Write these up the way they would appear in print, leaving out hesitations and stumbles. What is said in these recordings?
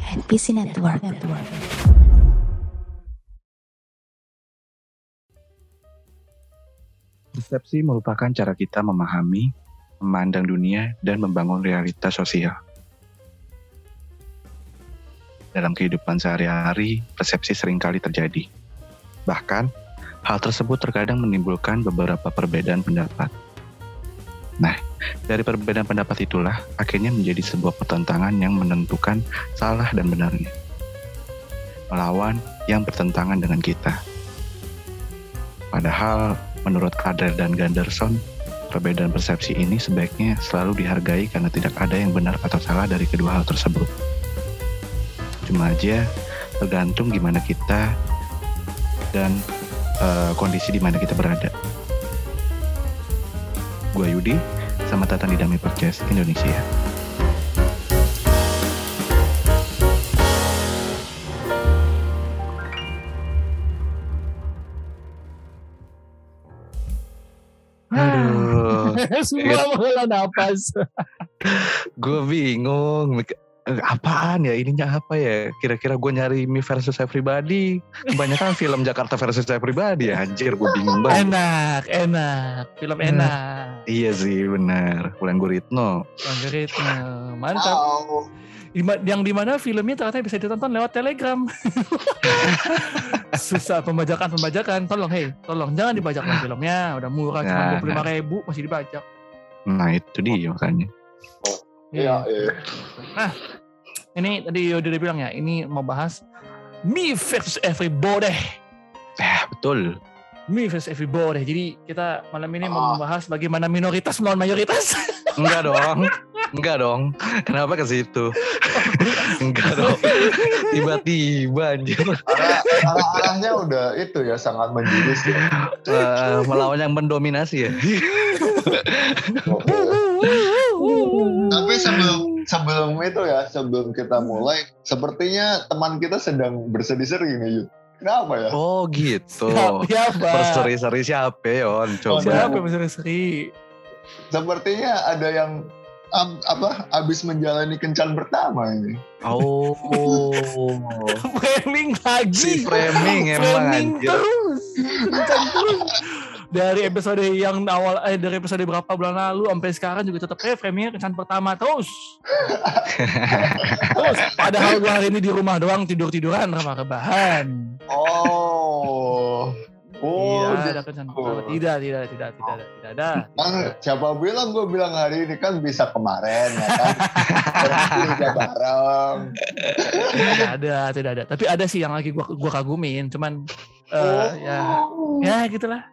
NPC Network. Persepsi merupakan cara kita memahami, memandang dunia, dan membangun realitas sosial. Dalam kehidupan sehari-hari, persepsi seringkali terjadi. Bahkan, hal tersebut terkadang menimbulkan beberapa perbedaan pendapat. Nah, dari perbedaan pendapat itulah akhirnya menjadi sebuah pertentangan yang menentukan salah dan benarnya. Melawan yang bertentangan dengan kita. Padahal, menurut Adler dan Gunderson, perbedaan persepsi ini sebaiknya selalu dihargai karena tidak ada yang benar atau salah dari kedua hal tersebut. Cuma aja tergantung gimana kita dan kondisi di mana kita berada. Gua Yudi, selamat datang di Dummy Podcast Indonesia. Aduh, Semua menghela napas. gue bingung. Apaan ya, ininya apa ya? Kira-kira gue nyari Me versus Everybody. Kebanyakan film Jakarta versus Everybody ya. Anjir, gue bingung banget. Enak. Film enak. Iya sih, benar. Wulan Guritno. Mantap. Yang dimana filmnya ternyata bisa ditonton lewat Telegram. Susah pembajakan. Tolong jangan dibajak filmnya. Udah murah, cuma 25.000 masih dibajak. Nah itu dia makanya. Iya. Nah, ini tadi udah dibilang ya, ini mau bahas Me versus Everybody. Betul. Me versus Everybody. Jadi kita malam ini mau membahas bagaimana minoritas melawan mayoritas. Enggak dong. Kenapa ke situ? Enggak dong. Tiba-tiba anjir. Arahnya udah itu ya, sangat menjurus ya. Melawan yang mendominasi ya. Tapi sebelum itu ya, sebelum kita mulai, sepertinya teman kita sedang bersedih-sedih nih, Yud. Kenapa ya? Oh gitu. Siapa? Berseri-seri siapa Yon? Coba. Siapa yang berseri-seri? Sepertinya ada yang abis menjalani kencan pertama ini. Oh. Framing lagi. Si framing emang anjir. Terus. Dari episode yang awal, dari episode berapa bulan lalu sampai sekarang juga tetap framingnya kencan pertama terus. Terus padahal gue hari ini di rumah doang tidur-tiduran rebahan. Iya, ada kencan pertama. Tidak ada. Siapa bilang gue bilang hari ini, kan bisa kemarin ya kan. Berarti bareng. Tidak ada. Tapi ada sih yang lagi gue kagumin, cuman ya gitulah.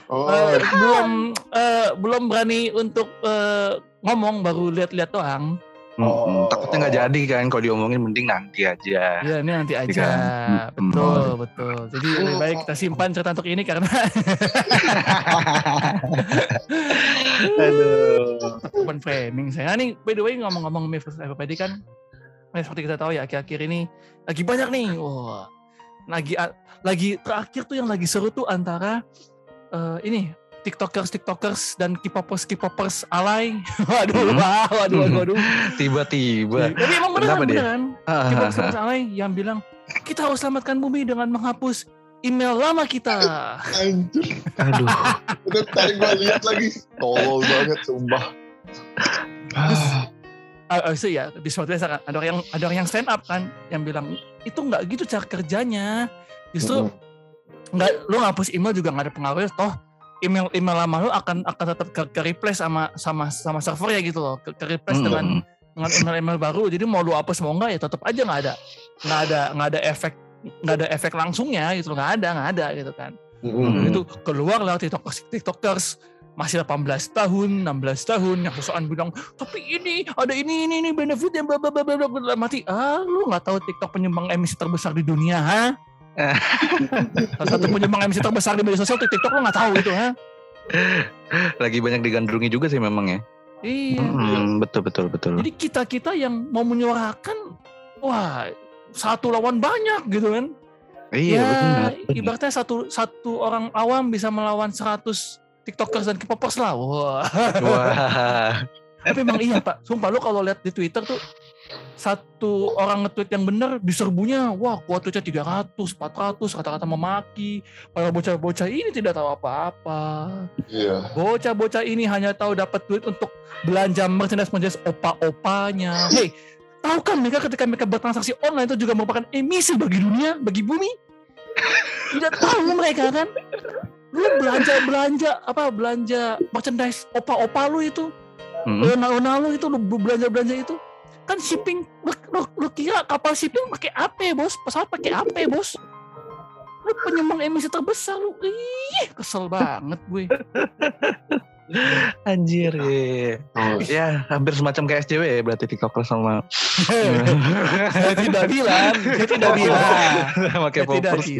Belum berani untuk ngomong, baru lihat-lihat doang. Takutnya nggak jadi kan, kalau diomongin mending nanti aja. Iya, ini nanti aja. Kan? Betul. Jadi lebih baik kita simpan cerita untuk ini karena Aduh. bukan framing saya. Nih, by the way, ngomong-ngomong Me versus Everybody kan, seperti kita tahu ya, akhir-akhir ini lagi banyak nih. Lagi terakhir tuh yang lagi seru tuh antara ini TikTokers dan K-popers alay. Waduh. Tiba-tiba. Tapi emang beneran. K-popers alay yang bilang kita harus selamatkan bumi dengan menghapus email lama kita. Anjir. Aduh. Itu tadi gue lihat lagi. Tolol banget sumpah. So ya, di suatu desa kan ada orang yang stand up kan yang bilang itu nggak gitu cara kerjanya. Justru nggak, lu ngapus email juga nggak ada pengaruhnya, toh email lama lu akan tetap ke replace sama server ya gitu loh, ke replace dengan email baru. Jadi mau lu hapus mau enggak ya tetap aja nggak ada efek langsungnya gitu, nggak ada gitu kan. Itu keluar lah tiktokers masih 18 tahun 16 tahun yang sosokan bilang tapi ini ada ini benefitnya bla bla bla mati. Lu nggak tahu TikTok penyumbang emisi terbesar di dunia, ha? Satu penyumbang emisi terbesar di media sosial TikTok, lo nggak tahu itu, ha? Lagi banyak digandrungi juga sih memang ya. Iya. Betul. Jadi kita yang mau menyuarakan, wah satu lawan banyak gitu kan? Iya, benar. Ibaratnya satu orang awam bisa melawan 100 TikTokers dan K-popers lah. Wah. Wah. Tapi emang iya Pak, sumpah lo kalau lihat di Twitter tuh satu orang nge-tweet yang benar diserbunya, wah quote tweetnya 300, 400, kata-kata memaki. Para bocah-bocah ini tidak tahu apa-apa. Iya. Bocah-bocah ini hanya tahu dapat duit untuk belanja merchandise opa-opanya. Hey, tahu kan mereka ketika mereka bertransaksi online itu juga merupakan emisi bagi dunia, bagi bumi? Tidak tahu mereka kan? Lu belanja merchandise opa-opa lu itu. Ona lu itu lu belanja itu. Kan shipping, lu kira kapal shipping pakai apa bos? Pesawat pakai apa bos? Lu penyumbang emisi terbesar lu. Ih, kesel banget gue. Anjir ya hampir semacam kayak SJW ya berarti TikToker sama Saya tidak bilang pakai poppers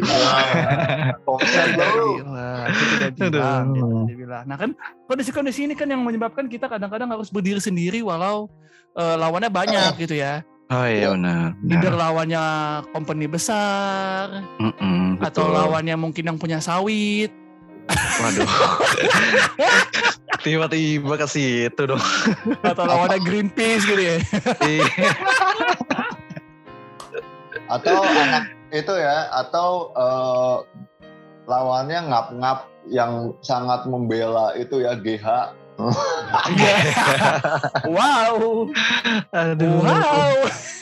nah kan kondisi ini kan yang menyebabkan kita kadang-kadang harus berdiri sendiri walau lawannya banyak gitu ya. Oh iya benar. Leader lawannya company besar atau lawannya mungkin yang punya sawit. Waduh. Tiba-tiba ke situ dong. Atau lawannya Greenpeace gitu ya. Atau anak itu ya, atau lawannya ngap-ngap yang sangat membela itu ya GH. Wow. Aduh. Wow.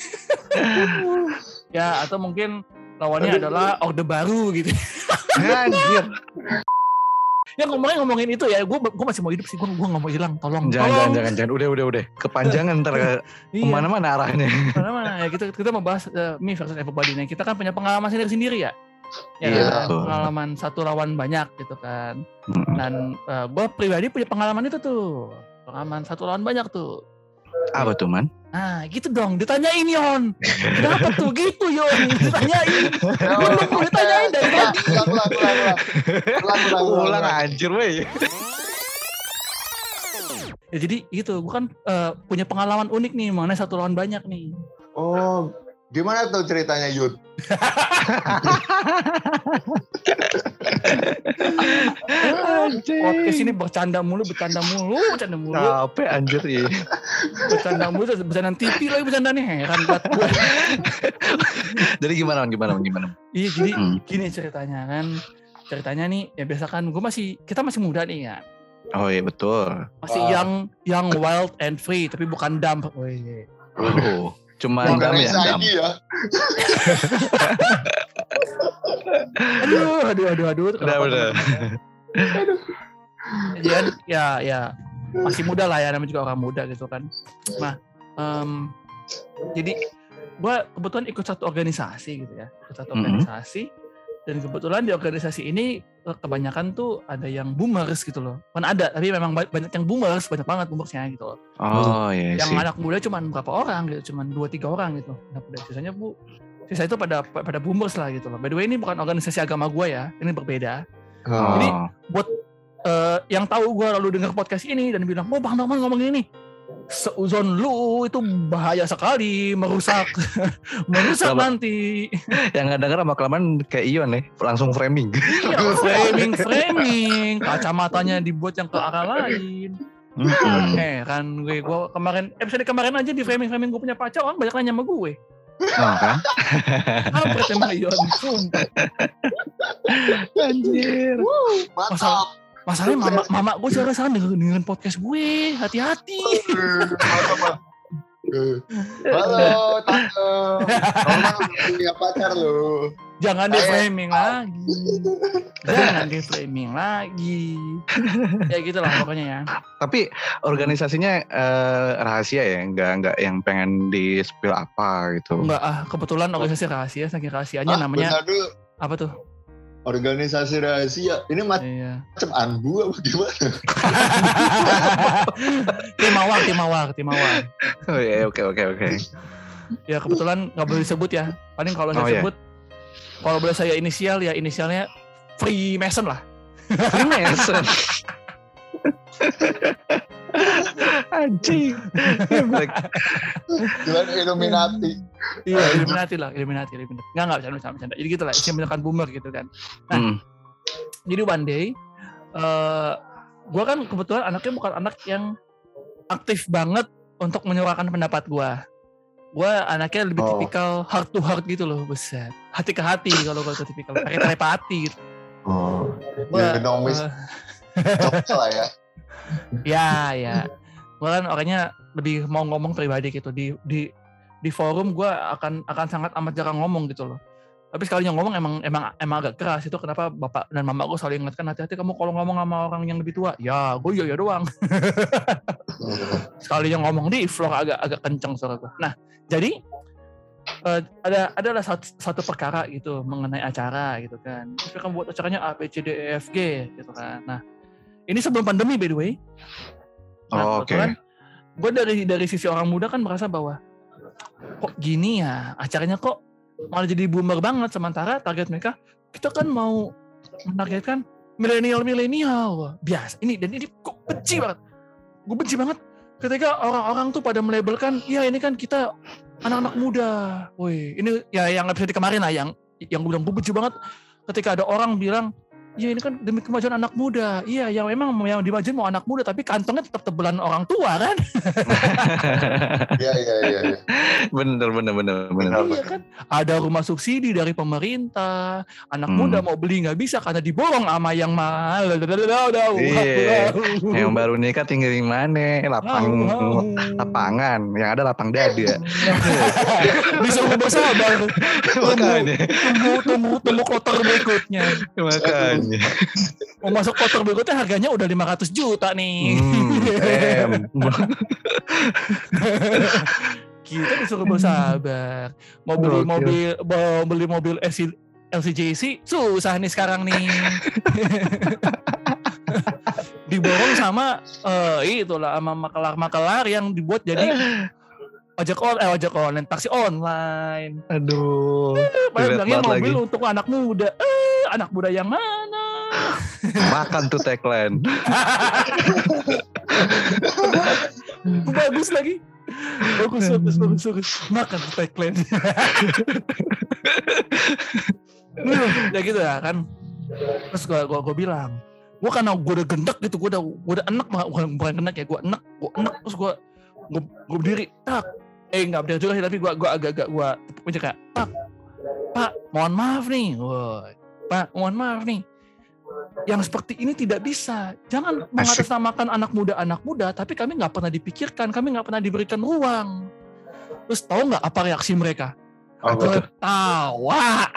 Ya atau mungkin lawannya adalah Orde Baru gitu. Anjir. Ya ngomongin itu ya, gue masih mau hidup sih, gue nggak mau hilang, tolong. Jangan, udah, kepanjangan ntar kemana-mana arahnya. Kemana-mana ya kita mau bahas me versus everybody. Nah, kita kan punya pengalaman sendiri ya. Iya. Pengalaman satu lawan banyak gitu kan. Dan gue pribadi punya pengalaman itu tuh, pengalaman satu lawan banyak tuh. Apa tuh man? Nah gitu dong, ditanyain Yon. Kenapa tuh gitu Yon? Ditanyain. Belum ditanyain dari tadi. Ulang anjir wey. Ya jadi gitu, gue kan punya pengalaman unik nih mengenai satu lawan banyak nih. Oh, gimana tuh ceritanya Yud? Podcast ini bercanda mulu. Capek anjir ya. Bercanda mulu, bercanda TV lagi bercanda nih, heran buat gue. Jadi gimana? Iya jadi gini ceritanya kan. Ceritanya nih ya biasa kan kita masih muda nih ya. Oh iya betul. Masih yang wild and free tapi bukan dumb. Oh iya. Cuma dam ya. Aduh. Udah. Jadi ya masih muda lah ya, namanya juga orang muda gitu kan. Nah, jadi gue kebetulan ikut satu organisasi gitu ya, organisasi. Dan kebetulan di organisasi ini kebanyakan tuh ada yang boomers gitu loh. Kan ada, tapi memang banyak yang boomers, banyak banget boomersnya gitu loh. Oh iya yang sih. Anak muda cuma berapa orang gitu, cuma 2-3 orang gitu. Nah, sisa itu pada boomers lah gitu loh. By the way ini bukan organisasi agama gue ya, ini berbeda. Jadi buat yang tahu gue lalu dengar podcast ini dan bilang, Bang Norman ngomong ini. Seuzon lu itu bahaya sekali, merusak nanti. Yang nggak denger sama kelamaan kayak Ion nih, langsung framing. Iya, framing, kacamatanya dibuat yang ke arah lain. Kan gue kemarin episode kemarin aja di framing gue punya pacar, orang banyak nanya sama gue. Oh kan? Apa tema Ion? Sumpah. Anjir. Mantap. Masalahnya mama gue sekarang dengan podcast gue, hati-hati. Halo, tante. Norman punya pacar lo. Jangan di-framing lagi. Ya gitulah pokoknya ya. Tapi organisasinya rahasia ya, enggak yang pengen di-spill apa gitu. Enggak, kebetulan organisasi rahasia, saking rahasianya namanya. Apa tuh? Organisasi rahasia. Ini macam Anbu apa gimana? Tim Mawar. Oh iya, oke. Ya kebetulan nggak boleh disebut ya. Paling kalau saya sebut, kalau boleh saya inisial ya inisialnya Freemason lah. Freemason. Anjing. Jalan Illuminati. Iya, Illuminati. Enggak bercanda. Jadi gitu lah, menekan boomer gitu kan. Nah, jadi one day gue kan kebetulan anaknya bukan anak yang aktif banget untuk menyuarakan pendapat gue. Gue anaknya lebih tipikal heart to heart gitu loh, besar. Hati ke hati kalau gue tipikal. Pakai telepati gitu. Dinomis. Coba lah ya. Ya. Gue kan orangnya lebih mau ngomong pribadi gitu. Di forum gue akan sangat amat jarang ngomong gitu loh. Tapi sekalinya ngomong emang agak keras. Itu kenapa bapak dan mama gue selalu ingatkan, hati-hati kamu kalau ngomong sama orang yang lebih tua. Ya gue ya doang. Sekalinya ngomong di floor agak kenceng suara gue. Nah jadi adalah satu perkara gitu mengenai acara gitu kan. Terus kan buat acaranya A, B, C, D, E, F, G gitu kan. Nah ini sebelum pandemi by the way. Nah, Oke. Gue dari sisi orang muda kan merasa bahwa kok gini ya acaranya kok malah jadi boomer banget, sementara target mereka kita kan mau menargetkan milenial biasa ini kok benci banget. Gue benci banget ketika orang-orang tuh pada melabelkan ya ini kan kita anak-anak muda. Woi, ini ya yang episode kemarin lah yang gue bilang gue benci banget ketika ada orang bilang ya ini kan demi kemajuan anak muda. Iya, yang memang yang dimajuin mau anak muda, tapi kantongnya tetap tebelan orang tua kan. Iya. Bener. Iya kan, ada rumah subsidi dari pemerintah. Anak muda mau beli nggak bisa karena diborong sama yang mahal. Iya. Yang baru nikah tinggal di mana? Lapangan. Yang ada lapang dada. Disuruh bersabar. Tunggu kotor berikutnya. Makanya. Mau masuk kotor berikutnya harganya udah 500 juta nih. Kita disuruh bersabar. Mau beli mobil LCJC susah nih sekarang nih. Diborong sama itulah sama makelar yang dibuat jadi ojek online, taksi online. Aduh. Padahal bilangnya mobil lagi untuk anak muda. Anak muda yang mana? Makan tuh tagline. Bagus lagi. Bagus. Makan tuh tagline. Ya gitu ya kan. Terus gue bilang, gue karena gue udah gendek gitu, gue udah enek banget, bukan gendek ya, gue enek. Terus gue berdiri, nggak berdiri juga sih, tapi gue agak-agak gue tepuk kayak, Pak, mohon maaf nih, Pak, mohon maaf nih, yang seperti ini tidak bisa. Jangan mengatasnamakan anak muda, tapi kami nggak pernah dipikirkan, kami nggak pernah diberikan ruang. Terus tahu nggak apa reaksi mereka? Ketawa.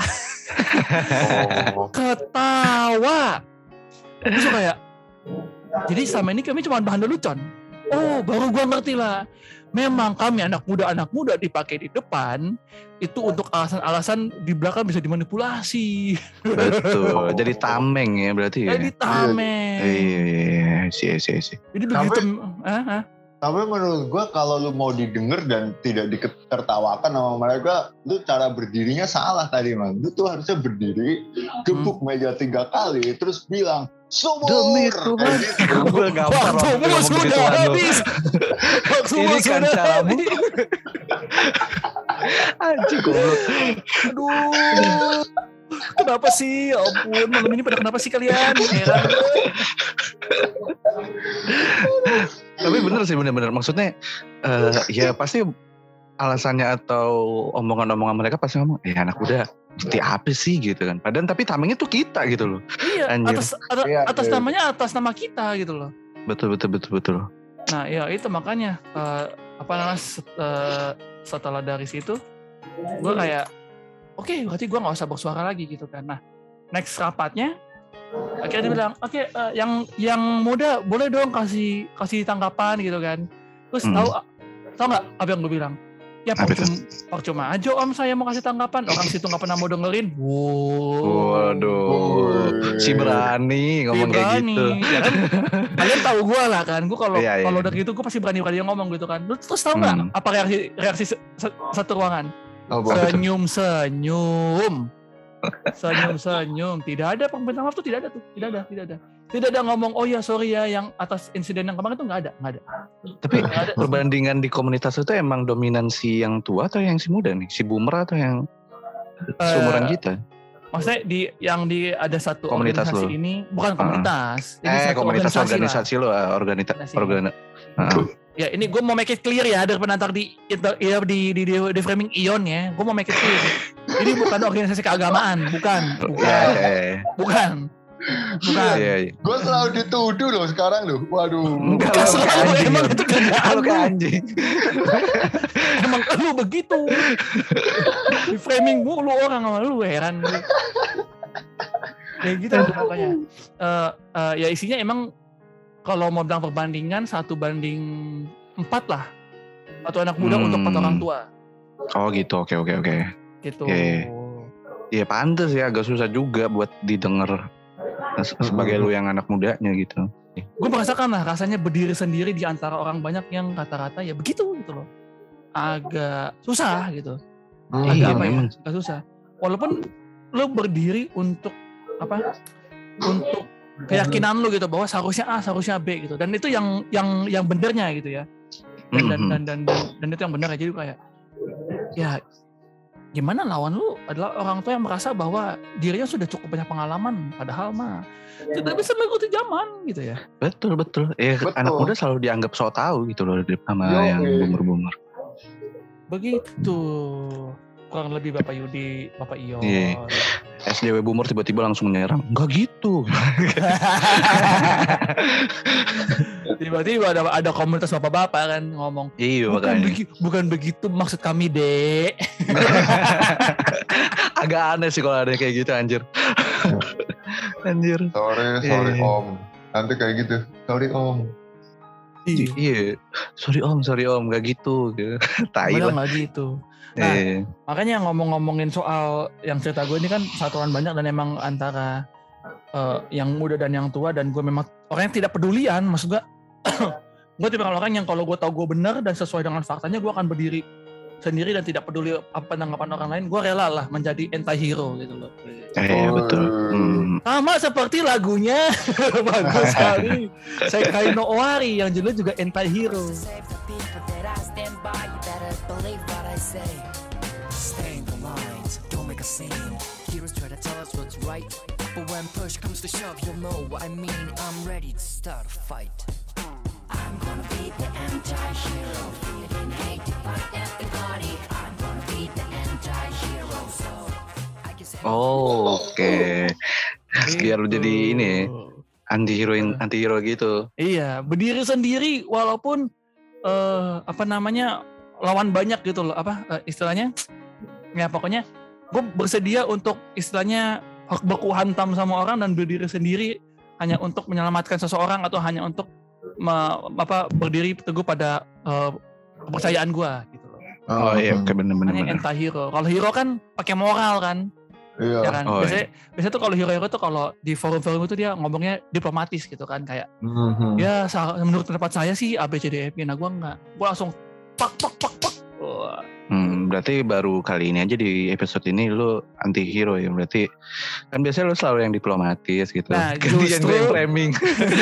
Ketawa. Terus kayak, jadi selama ini kami cuma bahan lelucon. Oh, baru gua ngerti lah. Memang kami anak muda dipakai di depan itu untuk alasan-alasan di belakang bisa dimanipulasi. Betul. Jadi tameng ya berarti ya. Jadi tameng. Iya. Jadi begitu. Tapi menurut gue kalau lu mau didengar dan tidak ditertawakan sama mereka, lu cara berdirinya salah tadi, man. Lu tuh harusnya berdiri, gebuk meja 3 kali, terus bilang, "Sumur!" Demi Tuhan, gue gampang waktumu sudah habis. Ini kan caramu. Anjing goblok. Aduh. Kenapa sih? Ya ampun, malam ini pada kenapa sih kalian? Heran. Tapi bener sih, bener. Maksudnya, ya pasti alasannya atau omongan-omongan mereka pasti ngomong, anak muda mesti apa sih gitu kan. Padahal tapi tamengnya tuh kita gitu loh. Iya, atas namanya atas nama kita gitu loh. Betul. Nah ya itu makanya, setelah dari situ, gue kayak, oke, berarti gue nggak usah bersuara lagi gitu kan. Nah, next rapatnya, akhirnya dia bilang, oke, yang muda boleh dong kasih tanggapan gitu kan. Terus tahu nggak apa yang gue bilang? Ya percuma aja om saya mau kasih tanggapan, orang situ nggak pernah mau dengerin. Waduh, si berani ngomong kayak gitu. Ya kan, kalian tahu gue lah kan, gue kalau udah gitu gue pasti berani ngomong gitu kan. Terus tahu nggak apa reaksi satu ruangan? Senyum. Tidak ada permintaan maaf tuh, tidak ada ngomong oh ya sorry ya yang atas insiden yang kemarin tuh nggak ada. Tapi perbandingan di komunitas itu emang dominansi yang tua atau yang si muda nih, si boomer atau yang seumuran kita? Maksudnya yang ada satu komunitas organisasi lo. Ini bukan komunitas, ini satu organisasi lo, organisasi. Ya ini gue mau make it clear ya daripada ntar di framing Ion ya. Gue mau make it clear. Ini bukan organisasi keagamaan, bukan. Iya. Gue selalu dituduh loh sekarang loh. Waduh. Enggak Selalu emang itu kerjaan lu kayak anjing. Emang lu begitu. Di framing mulu orang sama lu, heran. Ya gitu makanya. Ya isinya emang kalau mau bilang perbandingan 1:4 lah. Satu anak muda untuk 4 orang tua. Oh gitu, oke. Gitu. Iya pantes ya, agak susah juga buat didengar sebagai lu yang anak mudanya gitu. Gue merasakan lah rasanya berdiri sendiri di antara orang banyak yang kata-kata ya begitu gitu loh. Agak susah gitu. Iya memang. Agak susah. Walaupun lu berdiri untuk apa? Untuk keyakinan lu gitu bahwa seharusnya A, seharusnya B gitu. Dan itu yang benernya gitu ya. Dan itu yang benar aja juga kayak ya gimana lawan lu adalah orang tua yang merasa bahwa dirinya sudah cukup banyak pengalaman padahal mah tidak bisa mengikuti zaman gitu ya. Betul. Anak muda selalu dianggap so tahu gitu loh sama yang boomer. Begitu. Kurang lebih Bapak Yudi, Bapak Ion. Iya. SJW boomer tiba-tiba langsung menyerang. Enggak gitu. Tiba-tiba ada komunitas bapak-bapak kan ngomong. Iya bukan begitu maksud kami, Dek. Agak aneh sih kalau ada kayak gitu anjir. Sorry Om. Nanti kayak gitu. Sorry Om. Iya. Sorry Om, enggak gitu. Tai lah. Enggak gitu. Nah, makanya ngomongin soal yang cerita gue ini kan satuan banyak dan emang antara yang muda dan yang tua, dan gue memang orang yang tidak pedulian, maksud gue gue tipe orang yang kalau gue tahu gue benar dan sesuai dengan faktanya gue akan berdiri sendiri dan tidak peduli apa tanggapan orang lain. Gue rela lah menjadi anti-hero gitu loh. Betul. Sama seperti lagunya bagus sekali Sekai no Owari yang judulnya juga anti-hero. Stay in the lines, don't make a scene. Heroes try to tell us what's right, but when push comes to shove, you'll know what I mean. I'm ready to start a fight. I'm gonna be the anti-hero, feeling hate to fight everybody. I'm gonna be the anti-hero, so I can say. Oke. Biar lu jadi ini anti-hero gitu. Iya, berdiri sendiri walaupun lawan banyak gitu loh, istilahnya ya pokoknya gue bersedia untuk istilahnya baku hantam sama orang dan berdiri sendiri hanya untuk menyelamatkan seseorang atau hanya untuk berdiri teguh pada kepercayaan gue gitu loh. Oh iya, benar-benar. Hanya anti-hero. Kalau hero kan pakai moral kan. Iya. Ya kan? Biasanya tuh kalau hero tuh kalau di forum-forum itu dia ngomongnya diplomatis gitu kan, kayak ya menurut pendapat saya sih ABCDEF. Nah gue enggak. Gue langsung pak. Berarti baru kali ini aja di episode ini lu anti hero ya. Berarti kan biasanya lu selalu yang diplomatis gitu. Nah, justru yang framing.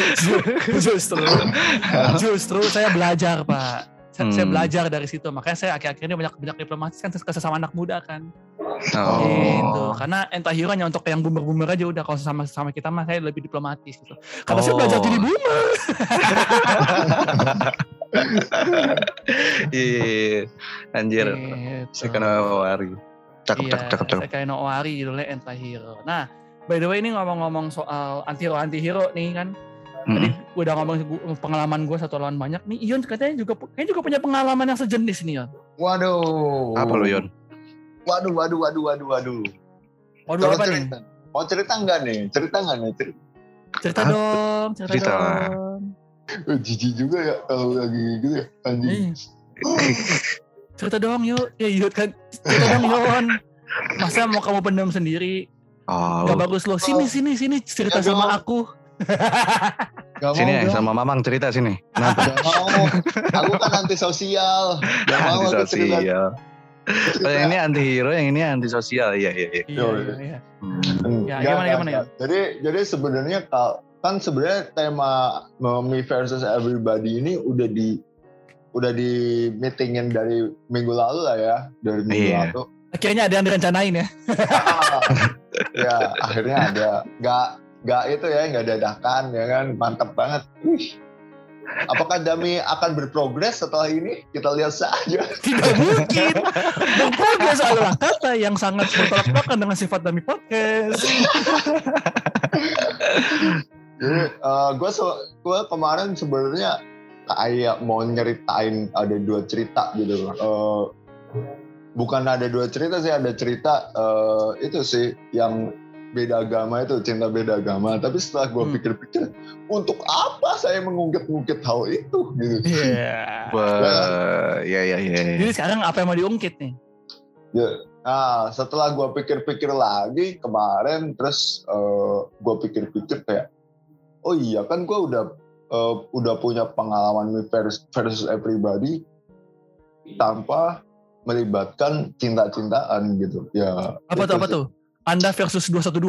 justru saya belajar, Pak. Saya belajar dari situ. Makanya saya akhir-akhir ini banyak diplomatis kan ke sesama anak muda kan. Gitu. Karena anti-hero hanya untuk yang boomer-boomer aja udah. Kalau sama kita mah saya lebih diplomatis gitu. Karena saya belajar jadi boomer. Iya, anjir. Sekai no Owari. Cakep. Sekai no Owari judulnya anti-hero. Nah, by the way ini ngomong-ngomong soal anti-hero nih kan. Tadi udah ngomong pengalaman gue satu lawan banyak nih. Ion katanya juga punya pengalaman yang sejenis nih, Ion. Waduh. Apa lo, Ion? Waduh. Waduh apa nih? Mau cerita nggak nih? Cerita dong. Jijik juga ya kalau lagi gitu ya anjing. Cerita dong yuk. Ya Yud kan. Cerita dong Yon. Masa mau kamu pendam sendiri? Gak bagus loh. Sini cerita ya, sama aku. Sini sama Mamang cerita sini. Kenapa? Gak mau. Aku kan antisosial. Gak mau aku cerita. Yang ini anti hero, yang ini anti sosial. Iya. Ya, gimana ya? Jadi sebenarnya kan sebenarnya tema Me versus Everybody ini udah di meetingin dari minggu lalu lah ya, dari minggu lalu. Akhirnya ada yang direncanain ya. Ya akhirnya ada. Gak itu ya, gak dadakan ya kan, mantep banget. Apakah Dami akan berprogres setelah ini? Kita lihat saja. Tidak mungkin. Berprogres adalah kata yang sangat bertolak belakang dengan sifat Dami Podcast. Jadi gue kemarin sebenarnya kayak mau nyeritain ada 2 cerita gitu. Bukan ada 2 cerita sih, ada cerita itu sih yang beda agama itu, cinta beda agama. Tapi setelah gue pikir-pikir, untuk apa saya mengungkit-ungkit hal itu gitu. Iya. Iya. Jadi sekarang apa yang mau diungkit nih? Ya. Nah, setelah gue pikir-pikir lagi kemarin, terus gue pikir-pikir kayak, oh iya kan gue udah punya pengalaman versus everybody tanpa melibatkan cinta-cintaan gitu. Ya. Apa tuh? Anda versus 212.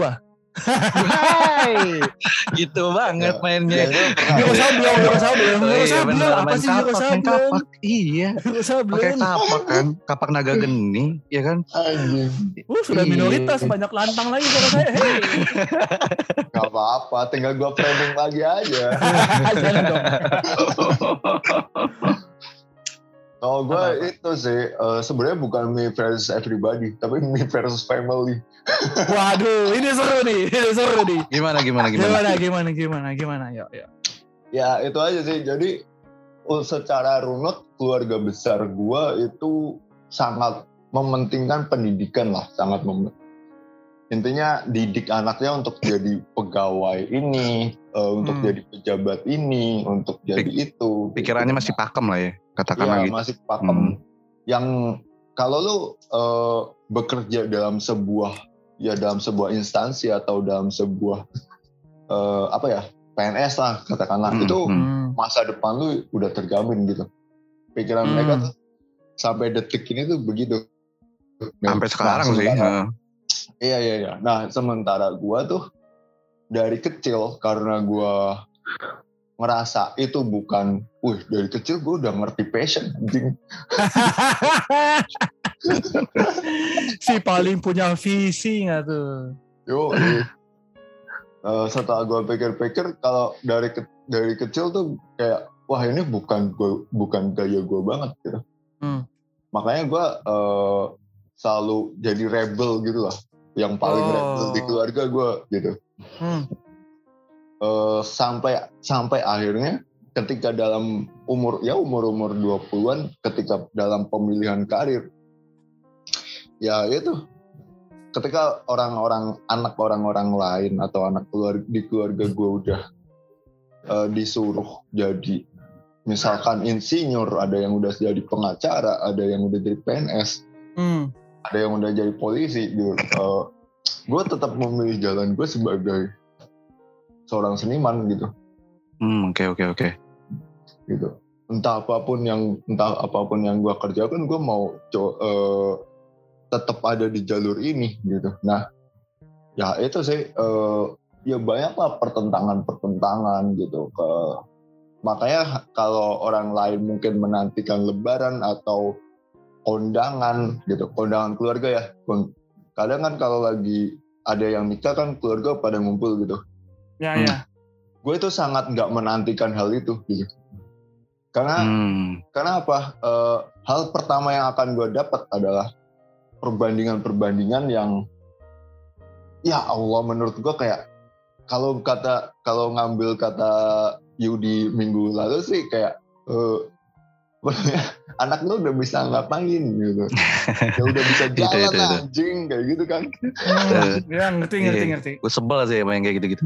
Hai, gitu banget Ya, mainnya. Juru sablon. Iya bener, Apa main sih juru kapak. sablon? Iya, Juru pakai sablon. kapak kan, kapak naga geni, ya kan? Anjing. Sudah minoritas, banyak lantang lagi kalau saya. Hey. Gak apa-apa, tinggal gue framing lagi aja. Jangan dong. Kalau gue itu sih sebenarnya bukan me versus everybody, tapi me versus family. Waduh, ini seru nih. Gimana? Gimana? Yuk. Ya itu aja sih. Jadi secara runut keluarga besar gue itu sangat mementingkan pendidikan lah, sangat intinya didik anaknya untuk jadi pegawai ini, untuk jadi pejabat ini, untuk jadi itu. Pikirannya masih pakem lah ya, katakanlah gitu. Masih pakem. Yang kalau lu bekerja dalam sebuah instansi atau dalam sebuah PNS lah katakanlah, itu masa depan lu udah terjamin gitu. Pikiran mereka tuh sampai detik ini tuh begitu. Sampai sekarang sih. Iya. Nah, sementara gua tuh dari kecil karena gua ngerasa itu bukan, dari kecil gua udah ngerti passion anjing. Si paling punya visi nggak tuh? Yo, setelah gua pikir-pikir kalau dari kecil tuh kayak wah ini bukan gaya gua banget gitu. Makanya gua selalu jadi rebel gitu lah. Yang paling rebel di keluarga gue gitu. Sampai akhirnya ketika dalam umur 20-an, ketika dalam pemilihan karir, ya itu ketika anak orang-orang lain atau anak di keluarga gue udah disuruh jadi misalkan insinyur, ada yang udah jadi pengacara, ada yang udah jadi PNS, ada yang udah jadi polisi gitu. Gue tetap memilih jalan gue sebagai seorang seniman gitu. Oke. Gitu. Entah apapun yang gue kerjakan, gue mau tetap ada di jalur ini gitu. Nah, ya itu sih ya banyaklah pertentangan gitu. Makanya kalau orang lain mungkin menantikan Lebaran atau kondangan keluarga ya. Kadang kan kalau lagi ada yang nikah kan keluarga pada ngumpul gitu. Ya. Gue itu sangat nggak menantikan hal itu gitu. Karena apa? Hal pertama yang akan gue dapat adalah perbandingan yang ya Allah menurut gue kayak kalau ngambil kata Yudi minggu lalu sih kayak anak lu udah bisa ngapain gitu, ya udah bisa jalan itu. Anjing kayak gitu kan. Ya ngerti. Gue sebel sih sama yang kayak gitu-gitu.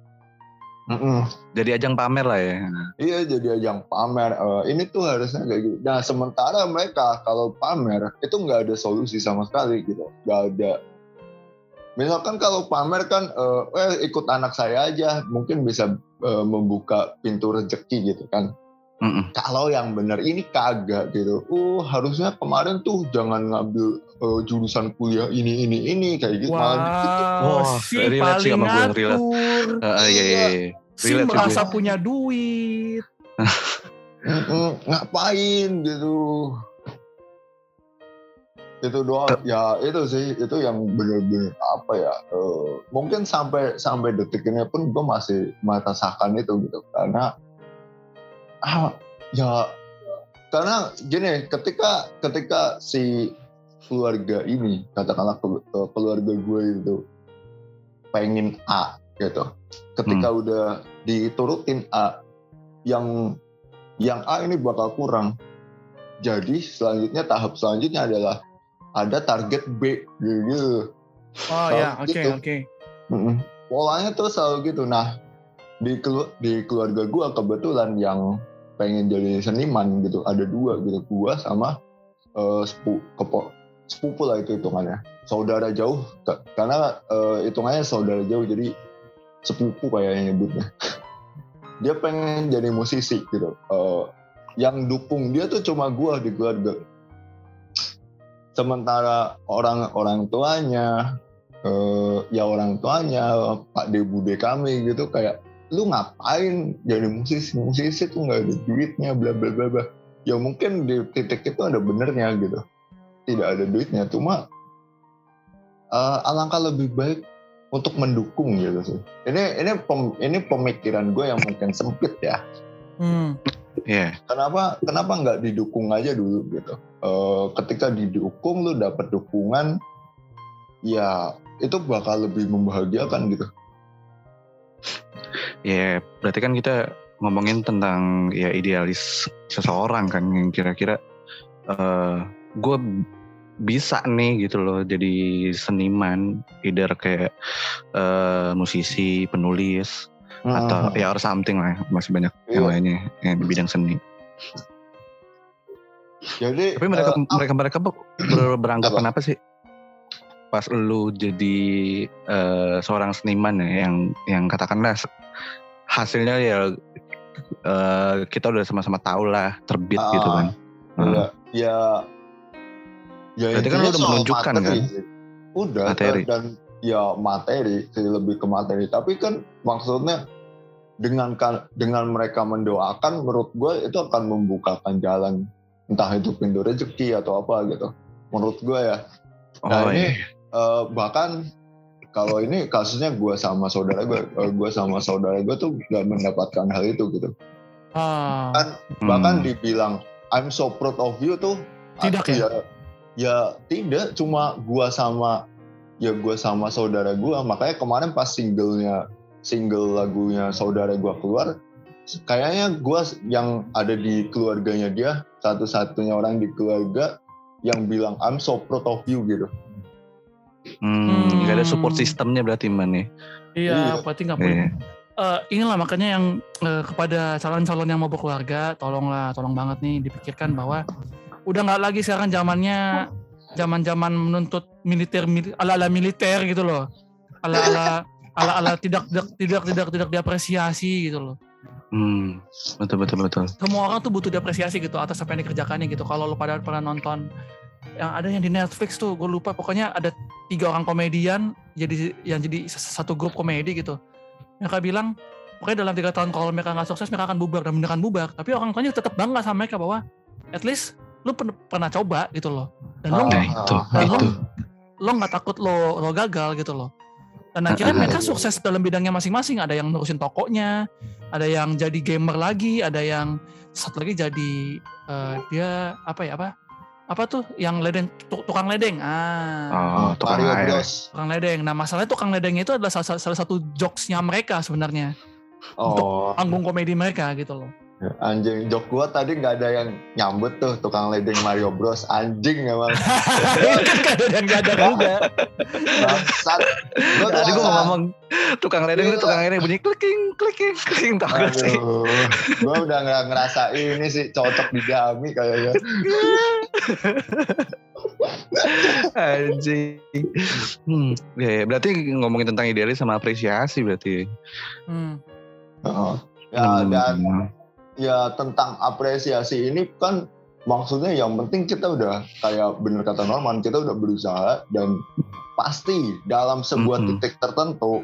Jadi ajang pamer lah ya. Iya, jadi ajang pamer. Ini tuh harusnya kayak gitu. Nah sementara mereka kalau pamer itu nggak ada solusi sama sekali gitu, nggak ada. Misalkan kalau pamer kan ikut anak saya aja mungkin bisa membuka pintu rezeki gitu kan. Kalau yang benar ini kagak gitu. Harusnya kemarin tuh jangan ngambil jurusan kuliah ini kayak gitu. Wah, si paling ngatur. Iya. Si merasa punya duit. Ngapain gitu. Itu doang. Ya itu sih, itu yang benar-benar apa ya. Mungkin sampai detik ini pun gue masih merasakan itu gitu. Karena Ya karena gini, ketika si keluarga ini, katakanlah keluarga gue itu pengen A gitu, ketika udah diturutin A, yang A ini bakal kurang, jadi selanjutnya tahap selanjutnya adalah ada target B gitu. Oh ya, oke. Polanya tuh selalu gitu. Nah, di keluarga gue kebetulan yang pengen jadi seniman gitu ada 2 gitu, gue sama sepupu lah itu hitungannya, saudara jauh, karena hitungannya saudara jauh, jadi sepupu kayaknya nyebutnya. Dia pengen jadi musisi gitu, yang dukung dia tuh cuma gue di keluarga. Sementara orang tuanya Pak De Bude kami gitu kayak, lu ngapain jadi musisi tuh nggak ada duitnya, bla bla bla bla. Ya mungkin di titik itu ada benernya gitu, tidak ada duitnya, cuma alangkah lebih baik untuk mendukung gitu sih. Ini pemikiran gue yang mungkin sempit ya. Yeah. Kenapa nggak didukung aja dulu gitu? Ketika didukung lu dapat dukungan, ya itu bakal lebih membahagiakan gitu. Ya, berarti kan kita ngomongin tentang ya idealis seseorang kan, yang kira-kira gue bisa nih gitu loh jadi seniman, either kayak musisi, penulis, atau ya or something lah, masih banyak yang lainnya yang di bidang seni. Jadi, tapi mereka beranggapan apa sih pas lu jadi seorang seniman ya, yang katakanlah hasilnya ya kita udah sama-sama tahu lah terbit gitu kan. Ya berarti kan lu udah menunjukkan materi, kan udah materi. Dan ya materi sih, lebih ke materi, tapi kan maksudnya dengan mereka mendoakan, menurut gue itu akan membukakan jalan, entah itu pintu rezeki atau apa gitu, menurut gue ya. Nah ini bahkan kalau ini kasusnya gue sama saudara gue tuh gak mendapatkan hal itu gitu. Bahkan dibilang I'm so proud of you tuh tidak ya tidak, cuma gue sama saudara gue. Makanya kemarin pas single lagunya saudara gue keluar, kayaknya gue yang ada di keluarganya dia, satu-satunya orang di keluarga yang bilang I'm so proud of you gitu. Gak ada support sistemnya berarti man ya. Iya, berarti gak boleh. Inilah makanya yang kepada calon-calon yang mau berkeluarga, tolong banget nih dipikirkan bahwa udah gak lagi sekarang zaman zaman menuntut militer ala militer gitu loh, ala tidak diapresiasi gitu loh. Betul. Semua orang tuh butuh diapresiasi gitu atas apa yang dikerjakannya gitu. Kalau lu pada pernah nonton yang ada yang di Netflix tuh, gue lupa, pokoknya ada 3 orang komedian jadi satu grup komedi gitu. Mereka bilang pokoknya dalam 3 tahun kalau mereka nggak sukses mereka akan bubar, dan beneran bubar. Tapi orang tuanya tetap bangga sama mereka bahwa at least lu pernah coba gitu loh, dan lo nggak takut lo gagal gitu loh. Dan akhirnya mereka sukses dalam bidangnya masing-masing. Ada yang nerusin tokonya, ada yang jadi gamer lagi, ada yang satu lagi jadi dia apa tuh yang tukang ledeng. Mario Bros. Tukang ledeng. Nah masalahnya tukang ledeng itu adalah salah satu jokesnya mereka sebenarnya untuk panggung komedi mereka gitu loh. Anjing, jok gua tadi nggak ada yang nyambut tuh, tukang ledeng Mario Bros. Anjing emang. Nggak ada juga. Bangsat. Tadi gua ngomong tukang ledeng itu tukang ledeng bunyi kliking tau gak sih? Gua udah nggak ngerasa ini sih cocok di Dami kayaknya. Anjing. Ya, berarti ngomongin tentang idealis sama apresiasi berarti. Dan ya tentang apresiasi ini kan maksudnya yang penting kita udah kayak bener kata Norman, kita udah berusaha, dan pasti dalam sebuah titik tertentu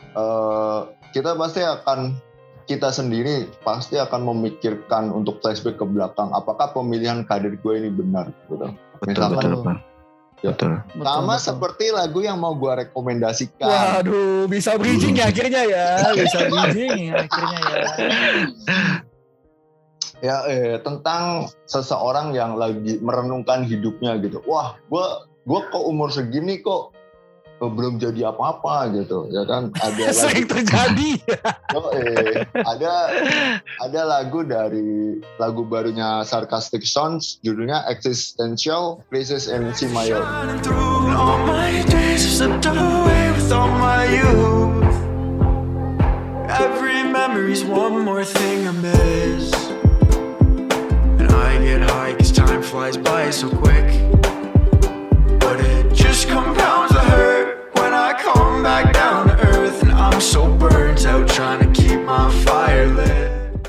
kita sendiri pasti akan memikirkan untuk flashback ke belakang, apakah pemilihan karir gue ini benar gitu. Betul. Sama seperti lagu yang mau gue rekomendasikan. Waduh, bisa bridging ya akhirnya ya. Ya tentang seseorang yang lagi merenungkan hidupnya gitu. Wah, gue kok umur segini kok belum jadi apa-apa gitu, ya kan? Ada sering terjadi. Ada lagu barunya Sarcastic Sons, judulnya Existential Crisis in C Major. All my days slipped away with all my youth. Every memory's one more thing I miss. And I get high 'cause time flies by so quick. But it just compounds the hurt when I come back down to earth. And I'm so burnt out trying to keep my fire lit.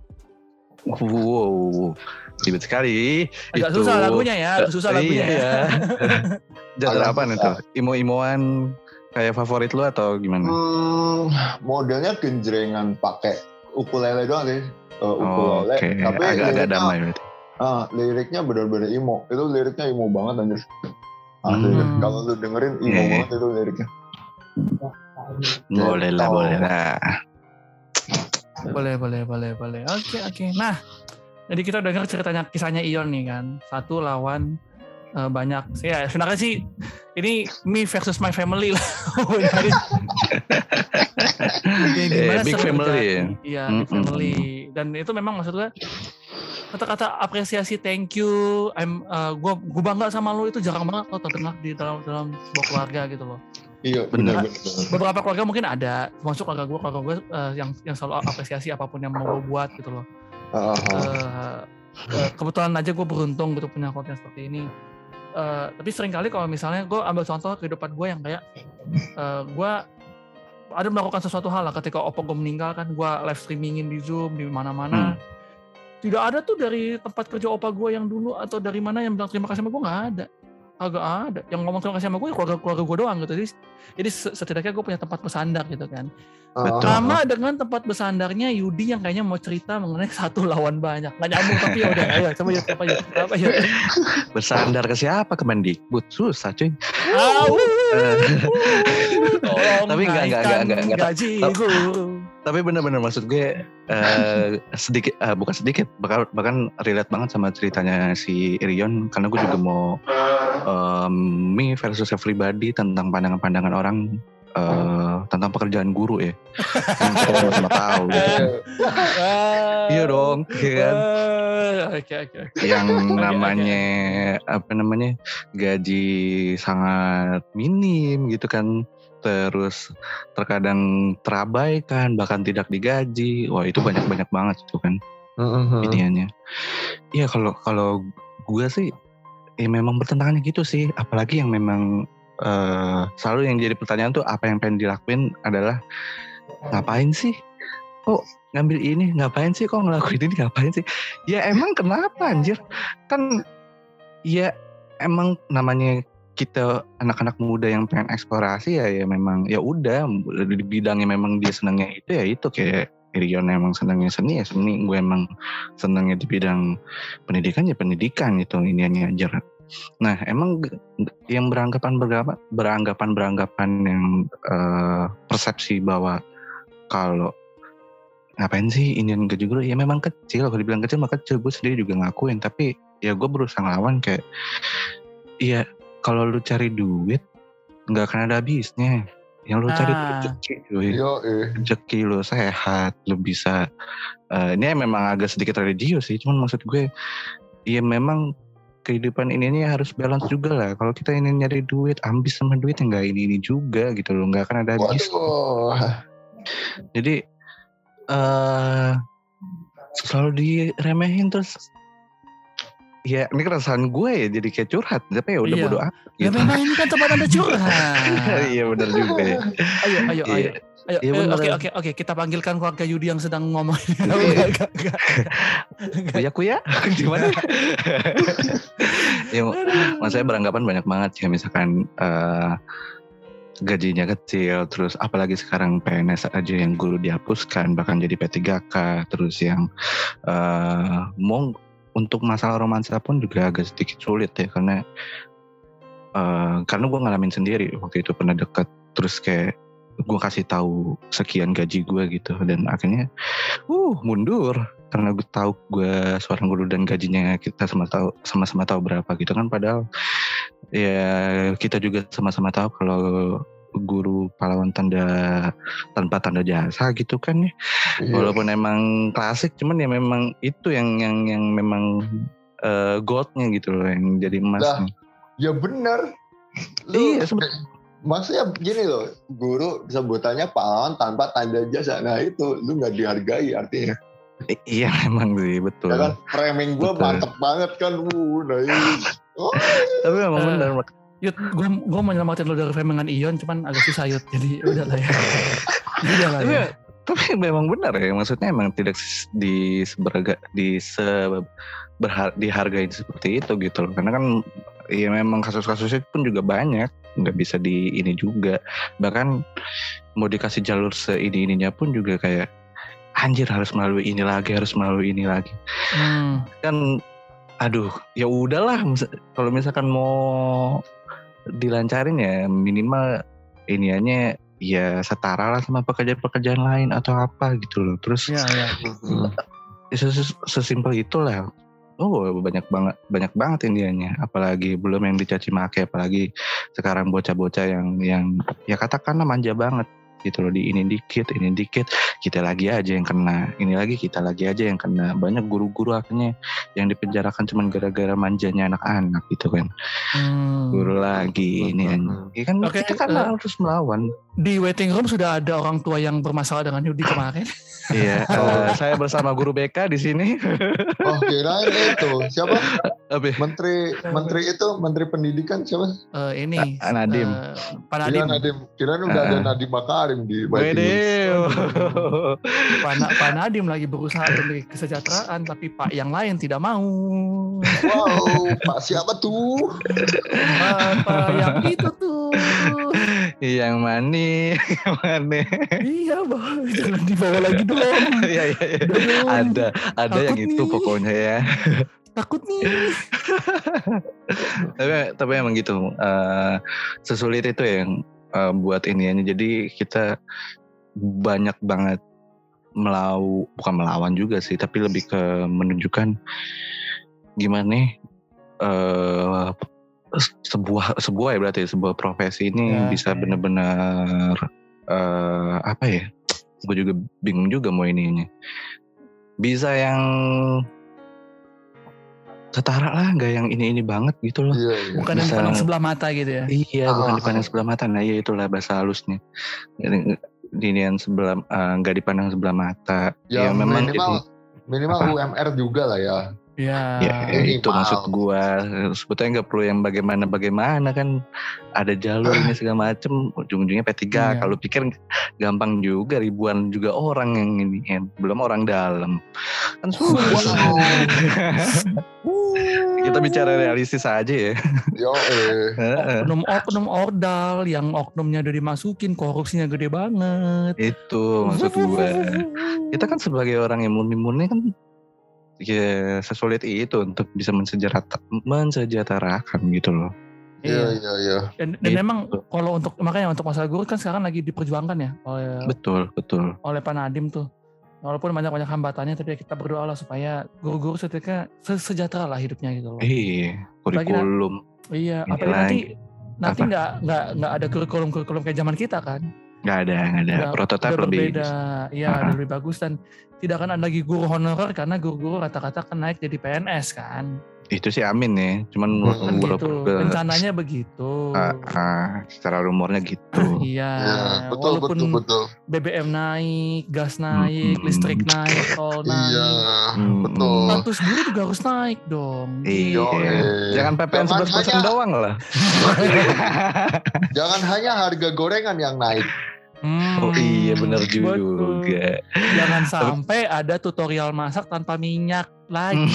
Wow, ribet sekali. Agak susah lagunya ya, Iya. Genre apa nih tuh? Imo-imoan kayak favorit lu atau gimana? Modelnya genjrengan, pakai ukulele doang sih. Ukulele. Okay. Tapi agak damai berarti. Liriknya benar-benar imo. Itu liriknya imo banget anjir. Kalau lu dengerin imo banget itu liriknya. Boleh lah. Boleh. Oke. Nah, jadi kita udah dengar kisahnya Ion nih kan. Satu lawan banyak. Ya sebenarnya sih ini me versus my family lah. Big family. Iya, big family. Dan itu memang maksud gue kata-kata apresiasi, thank you, gue bangga sama lo itu jarang banget lo terdengar di dalam sebuah keluarga gitu loh. Iya benar. Beberapa keluarga mungkin ada, termasuk keluarga gue yang selalu apresiasi apapun yang mau gue buat gitu loh. Kebetulan aja gue beruntung gitu punya keluarga seperti ini. Tapi seringkali kalau misalnya gue ambil contoh kehidupan gue yang kayak gue ada melakukan sesuatu hal lah ketika opo gue meninggal kan, gue live streamingin di Zoom di mana-mana. Tidak ada tuh dari tempat kerja opa gue yang dulu atau dari mana yang bilang terima kasih sama gue, nggak ada. Agak ada. Yang ngomong terima kasih sama gue ya keluarga gue doang gitu. Jadi setidaknya gue punya tempat bersandar gitu kan. Sama dengan tempat bersandarnya Yudi yang kayaknya mau cerita mengenai satu lawan banyak. Nggak nyambung tapi ya udah. Ayo coba yuk. Bersandar ke siapa? Ke Mendikbud. Susah cuy. Tapi enggak. Gaji guru. Tapi benar-benar maksud gue bukan sedikit, bahkan relate banget sama ceritanya si Irion, karena gue juga mau me versus everybody tentang pandangan-pandangan orang tentang pekerjaan guru ya. Kita sama-sama tahu gitu. Iya dong, iya kan. Oke. Yang namanya gaji sangat minim gitu kan. Terus terkadang terabaikan, bahkan tidak digaji. Wah itu banyak banget itu kan iniannya. Iya kalau gue sih ya memang bertentangannya gitu sih. Apalagi yang memang selalu yang jadi pertanyaan tuh apa yang pengen dilakuin adalah ngapain sih? Kok ngambil ini? Ngapain sih? Kok ngelakuin ini? Ngapain sih? Ya emang kenapa anjir? Kan ya emang namanya kita anak-anak muda yang pengen eksplorasi ya memang ya udah di bidangnya memang dia senangnya itu kayak Irion emang senangnya seni ya seni, gue emang senangnya di bidang pendidikan ya pendidikan gitu iniannya aja. Nah emang yang beranggapan yang persepsi bahwa kalau ngapain sih Indian gaji guru ya memang kecil, kalau dibilang kecil mah kecil, gue sendiri juga ngakuin, tapi ya gue berusaha ngelawan kayak iya kalau lu cari duit nggak akan ada habisnya. Yang lu cari rezeki lu sehat, lu bisa ini memang agak sedikit religius sih, cuman maksud gue ya memang kehidupan ini harus balance juga lah. Kalau kita ini nyari duit, ambis sama duit ya nggak ini juga gitu loh, nggak akan ada habis. Jadi selalu diremehin terus. Ya ini keresahan gue ya jadi kayak curhat, tapi ya udah bodo amat. Ya memang ini kan tempat Anda curhat. Iya benar juga ya. Ayo, oke, kita panggilkan keluarga Yudi yang sedang ngomong. Kuya, gimana? Ya, maksudnya beranggapan banyak banget ya, misalkan gajinya kecil, terus apalagi sekarang PNS aja yang guru dihapuskan, bahkan jadi P3K, terus yang mau untuk masalah romansa pun juga agak sedikit sulit ya, karena gue ngalamin sendiri waktu itu pernah deket, terus kayak gue kasih tahu sekian gaji gue gitu, dan akhirnya mundur karena gue tahu gue seorang guru dan gajinya kita sama-sama tahu berapa gitu kan, padahal ya kita juga sama-sama tahu kalau guru pahlawan tanpa tanda jasa gitu kan ya. Walaupun emang klasik, cuman ya memang itu yang memang goldnya gitu loh, yang jadi emasnya. Ya benar. Iya, maksudnya gini loh, guru sebutannya pahlawan tanpa tanda jasa. Nah itu lu nggak dihargai artinya. Iya memang sih, betul. Ya kan framing gue mantep banget kan. Nah ini. Tapi memang benar. Yud, gue mau nyelamatin lo dari framingan Ion, cuman agak susah Yud, jadi udah lah ya. Tapi memang benar ya, maksudnya emang tidak dihargai seperti itu gitu loh. Karena kan ya memang kasus-kasusnya pun juga banyak, nggak bisa di ini juga. Bahkan mau dikasih jalur seini-ininya pun juga kayak anjir harus melalui ini lagi. Kan aduh, ya udahlah, kalau misalkan mau dilancarin ya minimal iniannya ya setara lah sama pekerjaan-pekerjaan lain atau apa gitu loh. Terus sesimpel itulah. Oh banyak banget iniannya, apalagi belum yang dicaci maki, apalagi sekarang bocah-bocah yang ya katakanlah manja banget gitu loh, di ini dikit kita lagi aja yang kena, ini lagi kita lagi aja yang kena. Banyak guru-guru akhirnya yang dipenjarakan cuma gara-gara manjanya anak-anak gitu kan. Guru lagi ini ya kan. Kita kan harus melawan. Di waiting room sudah ada orang tua yang bermasalah dengan Yudi kemarin. Iya, saya bersama guru BK di sini. Oh kirain itu siapa? Menteri pendidikan siapa? Ini Nadiem. Pak Nadiem. Iya, Nadiem. Kirain udah ada Nadiem Makarim di waiting room. Pak Nadiem lagi berusaha demi kesejahteraan, tapi Pak yang lain tidak mau. Wow, Pak siapa tuh? Pak yang itu tuh. Yang mana? Iya, Bang. Jangan dibawa lagi dong. Iya. Ada yang itu pokoknya ya. Takut nih. tapi emang gitu. Sesulit itu yang buat iniannya. Jadi kita banyak banget bukan melawan juga sih, tapi lebih ke menunjukkan gimana sebuah ya berarti sebuah profesi ini bisa benar-benar apa ya? Gue juga bingung juga mau ininya. Bisa yang setara lah, nggak yang ini banget gitu loh. Iya. Bukan yang dipandang sebelah mata gitu ya. Iya, bukan dipandang sebelah mata. Nah, ya itulah bahasa halusnya. Dinian nggak dipandang sebelah mata. Ya memang minimal UMR juga lah ya. Ya itu maksud gua. Sebetulnya nggak perlu yang bagaimana kan, ada jalur ini segala macem, ujung-ujungnya P3. Kalau pikir gampang juga, ribuan juga orang yang ini, belum orang dalam kan susah. Kita bicara realistis aja ya. Oknum ordal yang oknumnya udah dimasukin, korupsinya gede banget. Itu maksud gua. Kita kan sebagai orang yang murni kan ya sesulit itu untuk bisa mensejahterakan gitu loh. Iya. Dan memang kalau makanya untuk masalah guru kan sekarang lagi diperjuangkan ya oleh betul oleh Pak Nadiem tuh. Walaupun banyak hambatannya, tapi kita berdoa lah supaya guru-guru sejahtera lah hidupnya gitu loh. Iya, kurikulum. Iya, apalagi nanti nggak ada kurikulum kayak zaman kita kan. Nggak ada. Prototipe lebih berbeda. Iya, lebih bagus, dan tidak akan ada lagi guru honorer karena guru-guru rata-rata kan naik jadi PNS kan. Itu sih amin ya, cuman gitu. Rencananya begitu. Secara rumornya gitu. Iya. Betul. BBM naik, gas naik, listrik naik, tol naik. Iya, betul. Status guru juga harus naik dong. Iya. Jangan PPN 11% doang lah. Jangan hanya harga gorengan yang naik. Oh iya, benar juga. Jangan sampai ada tutorial masak tanpa minyak lagi.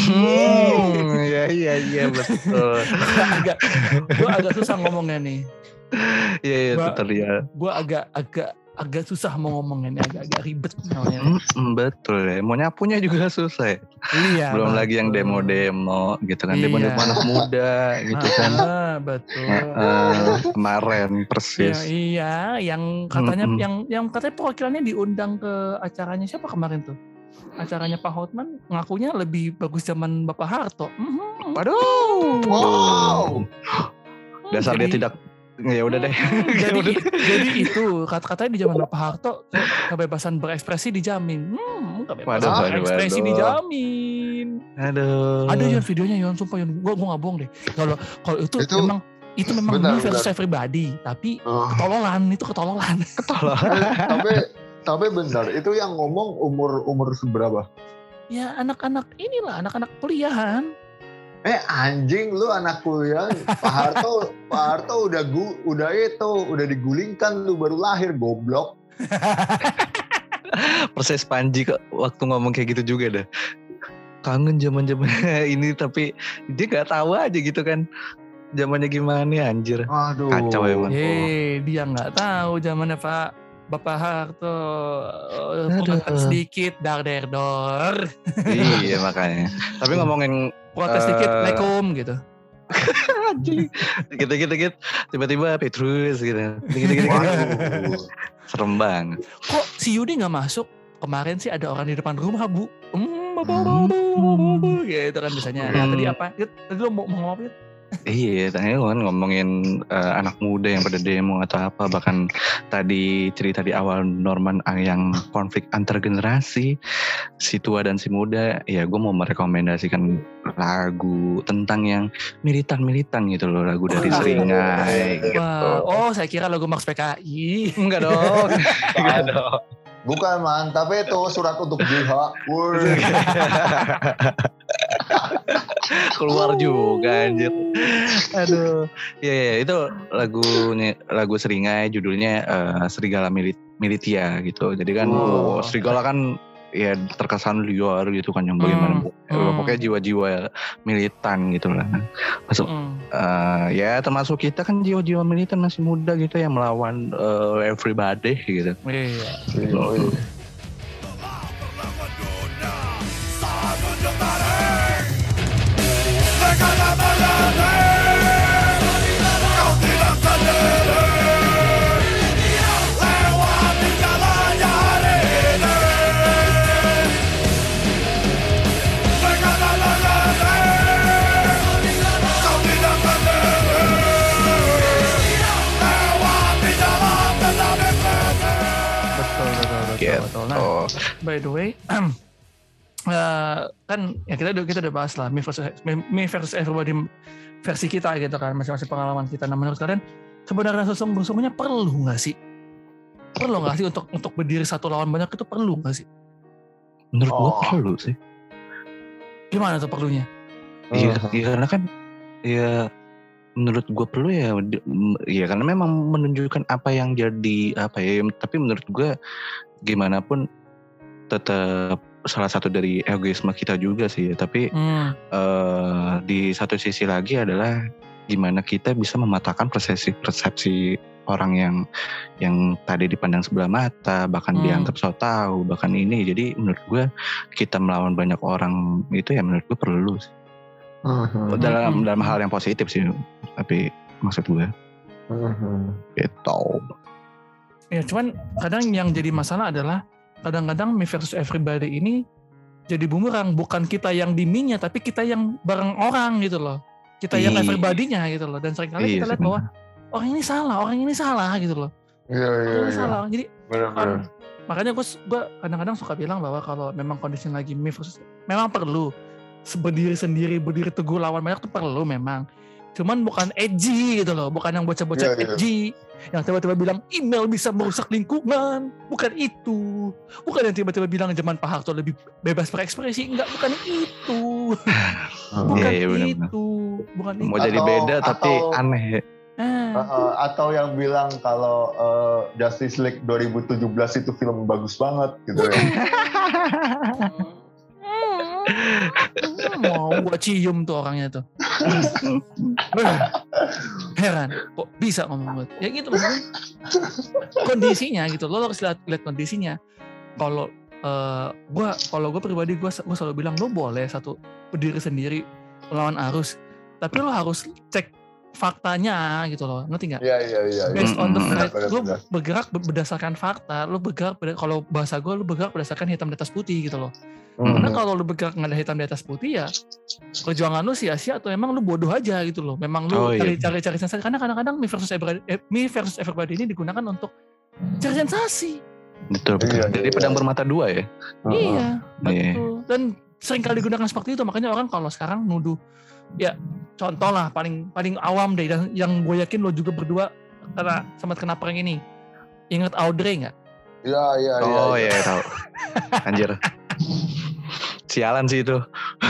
Iya betul. Gue agak susah ngomongnya nih. Iya tutorial. Gue agak susah mau ngomongnya nih, agak ribet namanya. Betul ya. Mau nyapunya juga susah ya. Iya. Belum lagi yang demo gitu kan. Demo anak muda gitu kan. Betul. Kemarin persis. Iya, yang katanya yang katanya perwakilannya diundang ke acaranya siapa kemarin tuh? acaranya Pak Hotman ngakunya lebih bagus zaman Bapak Harto. Waduh. Wow. Dasar dia tidak. Ya udah deh. Jadi itu katanya di zaman Bapak Harto kebebasan berekspresi dijamin. Kebebasan berekspresi dijamin. Aduh. Ada Yon videonya Yon, sumpah Yon, gue nggak bohong deh. Kalau itu memang me versus everybody, tapi ketololan. Tapi benar, itu yang ngomong umur seberapa? Ya anak-anak kuliahan. Anjing lu anak kuliah. Pak Harto udah digulingkan lu baru lahir goblok. Persis Panji kok waktu ngomong kayak gitu juga dah. Kangen zaman-zaman ini tapi dia nggak tahu aja gitu kan. Zamannya gimana anjir. Aduh. Kacau emang. Dia nggak tahu zamannya Bapak Harto. Protes sedikit dar. Iya makanya. Tapi ngomongin protes sedikit Assalamualaikum gitu. Gitu tiba-tiba Petrus gitu. Gitu. Serem banget. Kok si Yudi nggak masuk? Kemarin sih ada orang di depan rumah Bu. Gitu kan biasanya. Nah, tadi apa? Tadi lo mau ngomong apa? Iya, tadi kan ngomongin anak muda yang pada demo atau apa. Bahkan tadi cerita di awal Norman yang konflik antar generasi, si tua dan si muda. Ya gue mau merekomendasikan lagu tentang yang militan gitu loh. Lagu dari Seringai gitu. Oh saya kira lagu Max PKI. Enggak dong. Bukan man, tapi itu surat untuk jihad. Keluar juga anjir. Aduh. Ya itu lagu Seringai judulnya Serigala Militia gitu. Jadi kan serigala kan ya terkesan liar gitu kan yang bagaimana pokoknya jiwa-jiwa militan gitu lah. Masuk ya termasuk kita kan jiwa-jiwa militan masih muda gitu yang melawan everybody gitu. Iya. Betul. Nah, by the way, kan ya kita udah bahas lah me versus everybody versi kita gitu kan, masing-masing pengalaman kita. Nah menurut kalian sebenarnya sesungguhnya perlu nggak sih untuk berdiri satu lawan banyak itu perlu nggak sih? Menurut gua perlu sih. Gimana tuh perlunya? Iya karena kan ya menurut gue perlu ya karena memang menunjukkan apa yang jadi apa ya, tapi menurut gue gimana pun tetap salah satu dari egoisme kita juga sih ya. Tapi di satu sisi lagi adalah gimana kita bisa mematahkan persepsi orang yang tadi dipandang sebelah mata, bahkan dianggap so tahu, bahkan ini. Jadi menurut gue kita melawan banyak orang itu ya menurut gue perlu sih. Dalam hal yang positif sih, tapi maksud gue gitu. Ya cuman kadang yang jadi masalah adalah kadang-kadang me versus everybody ini jadi bumerang, bukan kita yang diminya tapi kita yang bareng orang gitu loh, kita yang everybody-nya gitu loh, dan seringkali kita lihat bahwa orang ini salah gitu loh. Iya. Salah. Jadi makanya gue kadang-kadang suka bilang bahwa kalau memang kondisi lagi me versus memang perlu berdiri sendiri, berdiri teguh lawan banyak tuh perlu memang. Cuman bukan edgy gitu loh, bukan yang bocah-bocah edgy yang tiba-tiba bilang email bisa merusak lingkungan, bukan itu. Bukan yang tiba-tiba bilang zaman Pak Harto lebih bebas berekspresi, bukan itu. Bukan itu. Mau jadi beda tapi aneh. Atau yang bilang kalau Justice League 2017 itu film bagus banget gitu ya. Mau gua cium tuh orangnya tuh. Heran kok bisa ngomong ya gitu maksudnya. Kondisinya gitu, lo harus lihat kondisinya. Kalau gue pribadi gue selalu bilang lo boleh berdiri sendiri melawan arus, tapi lo harus cek faktanya gitu loh, ngerti nggak? Iya. Based on the fact, Benar. lu bergerak berdasarkan fakta, lu bergerak kalau bahasa gue lu bergerak berdasarkan hitam di atas putih gitu loh. Karena kalau lu bergerak nggak ada hitam di atas putih ya perjuangan lu sia-sia atau emang lu bodoh aja gitu loh. Memang lu cari sensasi, karena kadang-kadang Me versus Everybody ini digunakan untuk cari sensasi. Betul. Iya. Jadi pedang bermata dua ya. Iya, betul. Dan sering kali digunakan seperti itu, makanya orang kalau sekarang nuduh, ya contoh lah paling awam deh, dan yang gue yakin lo juga berdua karena sempat kena prank ini. Ingat Audrey nggak? Iya. Oh iya tahu. Anjir. Sialan sih itu.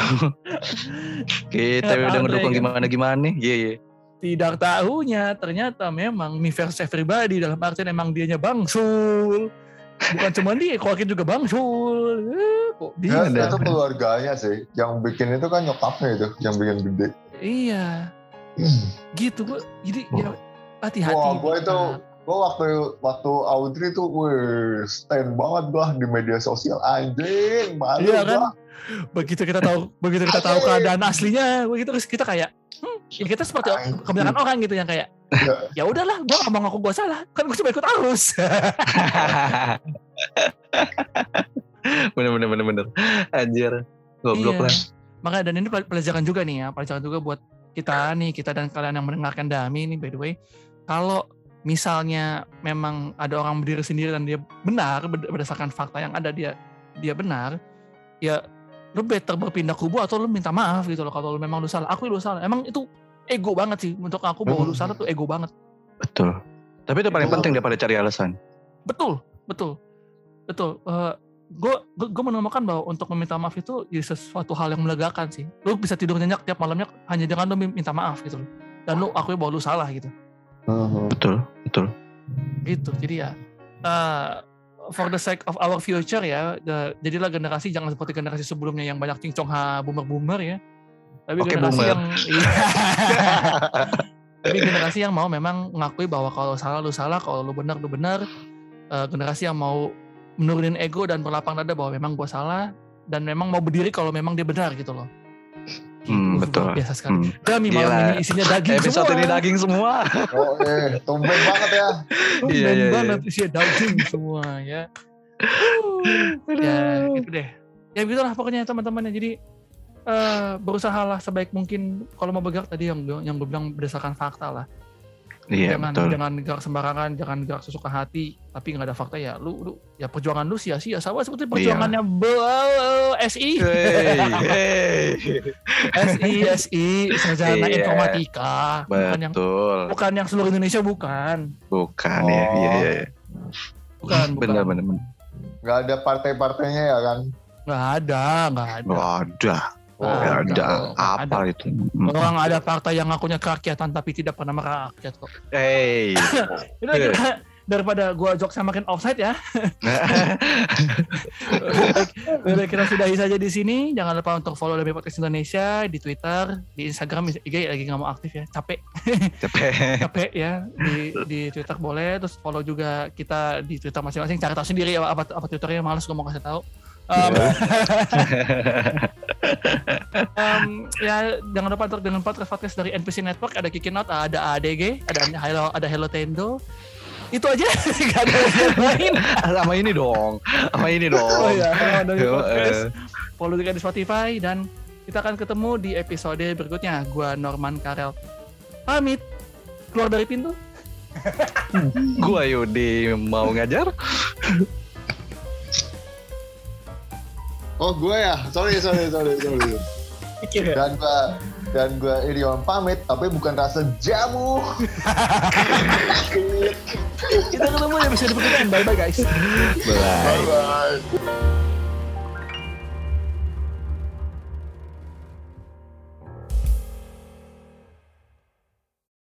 Kita udah ngedukung gimana nih. Iya. Tidak tahunya ternyata memang Me versus Everybody dalam artian emang dianya bangsul. Bukan cuma dia, Joaquin juga bangsul. Kok bisa? Itu keluarganya sih. Yang bikin itu kan nyokapnya itu, yang bikin gede. Iya. Gitu gue. Jadi ya hati-hati. Wah, gue waktu Audrey tuh, stand banget gue di media sosial, anjing, malu iya kan? Gua. Begitu kita tahu keadaan aslinya, begitu kita kayak, ya kita seperti kebanyakan orang gitu yang kayak, ya udahlah, gue nggak mau ngaku gue salah, kan gue cuma ikut arus. Bener. Anjir, goblok lah. Makanya dan ini pelajaran juga nih ya, pelajaran juga buat kita dan kalian yang mendengarkan Dami nih, by the way, kalau misalnya memang ada orang berdiri sendiri dan dia benar berdasarkan fakta yang ada, dia benar, ya lu better berpindah kubu atau lu minta maaf gitu loh. Kalau lu memang lu salah, akui lu salah. Emang itu ego banget sih untuk aku bahwa lu salah tuh ego banget. Betul. Tapi itu paling penting daripada cari alasan. Betul. Gue menemukan bahwa untuk meminta maaf itu jadi sesuatu hal yang melegakan sih. Lu bisa tidur nyenyak tiap malamnya hanya dengan lu minta maaf gitu loh. Dan lu akui bahwa lu salah gitu. Betul. Gitu. Jadi ya for the sake of our future ya, jadilah generasi jangan seperti generasi sebelumnya yang banyak cincong boomer ya. Tapi generasi boomer. Tapi generasi yang mau memang mengakui bahwa kalau salah lu salah, kalau lu benar lu benar. Generasi yang mau menurunin ego dan berlapang dada bahwa memang gua salah dan memang mau berdiri kalau memang dia benar gitu loh. Betul. Biasa sekali. Dami malam ini isinya daging episode semua. Ini daging semua. Tumben banget ya. Tumben banget isinya daging semua ya. Ya gitu deh. Ya begitulah pokoknya teman-teman. Jadi berusahalah sebaik mungkin kalau mau bergerak tadi yang gue bilang berdasarkan fakta lah. Iya, jangan gerak sembarangan, jangan gerak sesuka hati, tapi nggak ada fakta ya lu ya perjuangan lu sia-sia sama seperti perjuangannya SI. SI sarjana informatika. Bukan yang seluruh Indonesia bukan. Iya. Bukan. Benar. Nggak ada partai-partainya ya kan? Nggak ada. Apa itu? Orang ada partai yang ngakunya kerakyatan tapi tidak pernah merakyat kok. Daripada gua jokesnya makin offside ya. Kita sudahi saja di sini. Jangan lupa untuk follow Dami Podcast Indonesia di Twitter, di Instagram, IG lagi nggak mau aktif ya, capek ya. Di Twitter boleh, terus follow juga kita di Twitter masing-masing. Cari tahu sendiri apa Twitternya, males gue mau kasih tahu. Ya jangan lupa untuk dengan podcast dari NPC Network, ada Kicking Out, ada ADG, ada Hello Tendo. Itu aja, gak ada yang lain. Sama ini dong. Oh iya, dari podcast. Follow juga di Spotify dan kita akan ketemu di episode berikutnya. Gua Norman Karel pamit, keluar dari pintu. Gua Yudi mau ngajar. Oh gue ya, sorry. Dan gue Irion pamit, tapi bukan rasa jamu. Kita ketemu di episode berikutnya. Bye bye guys. Bye.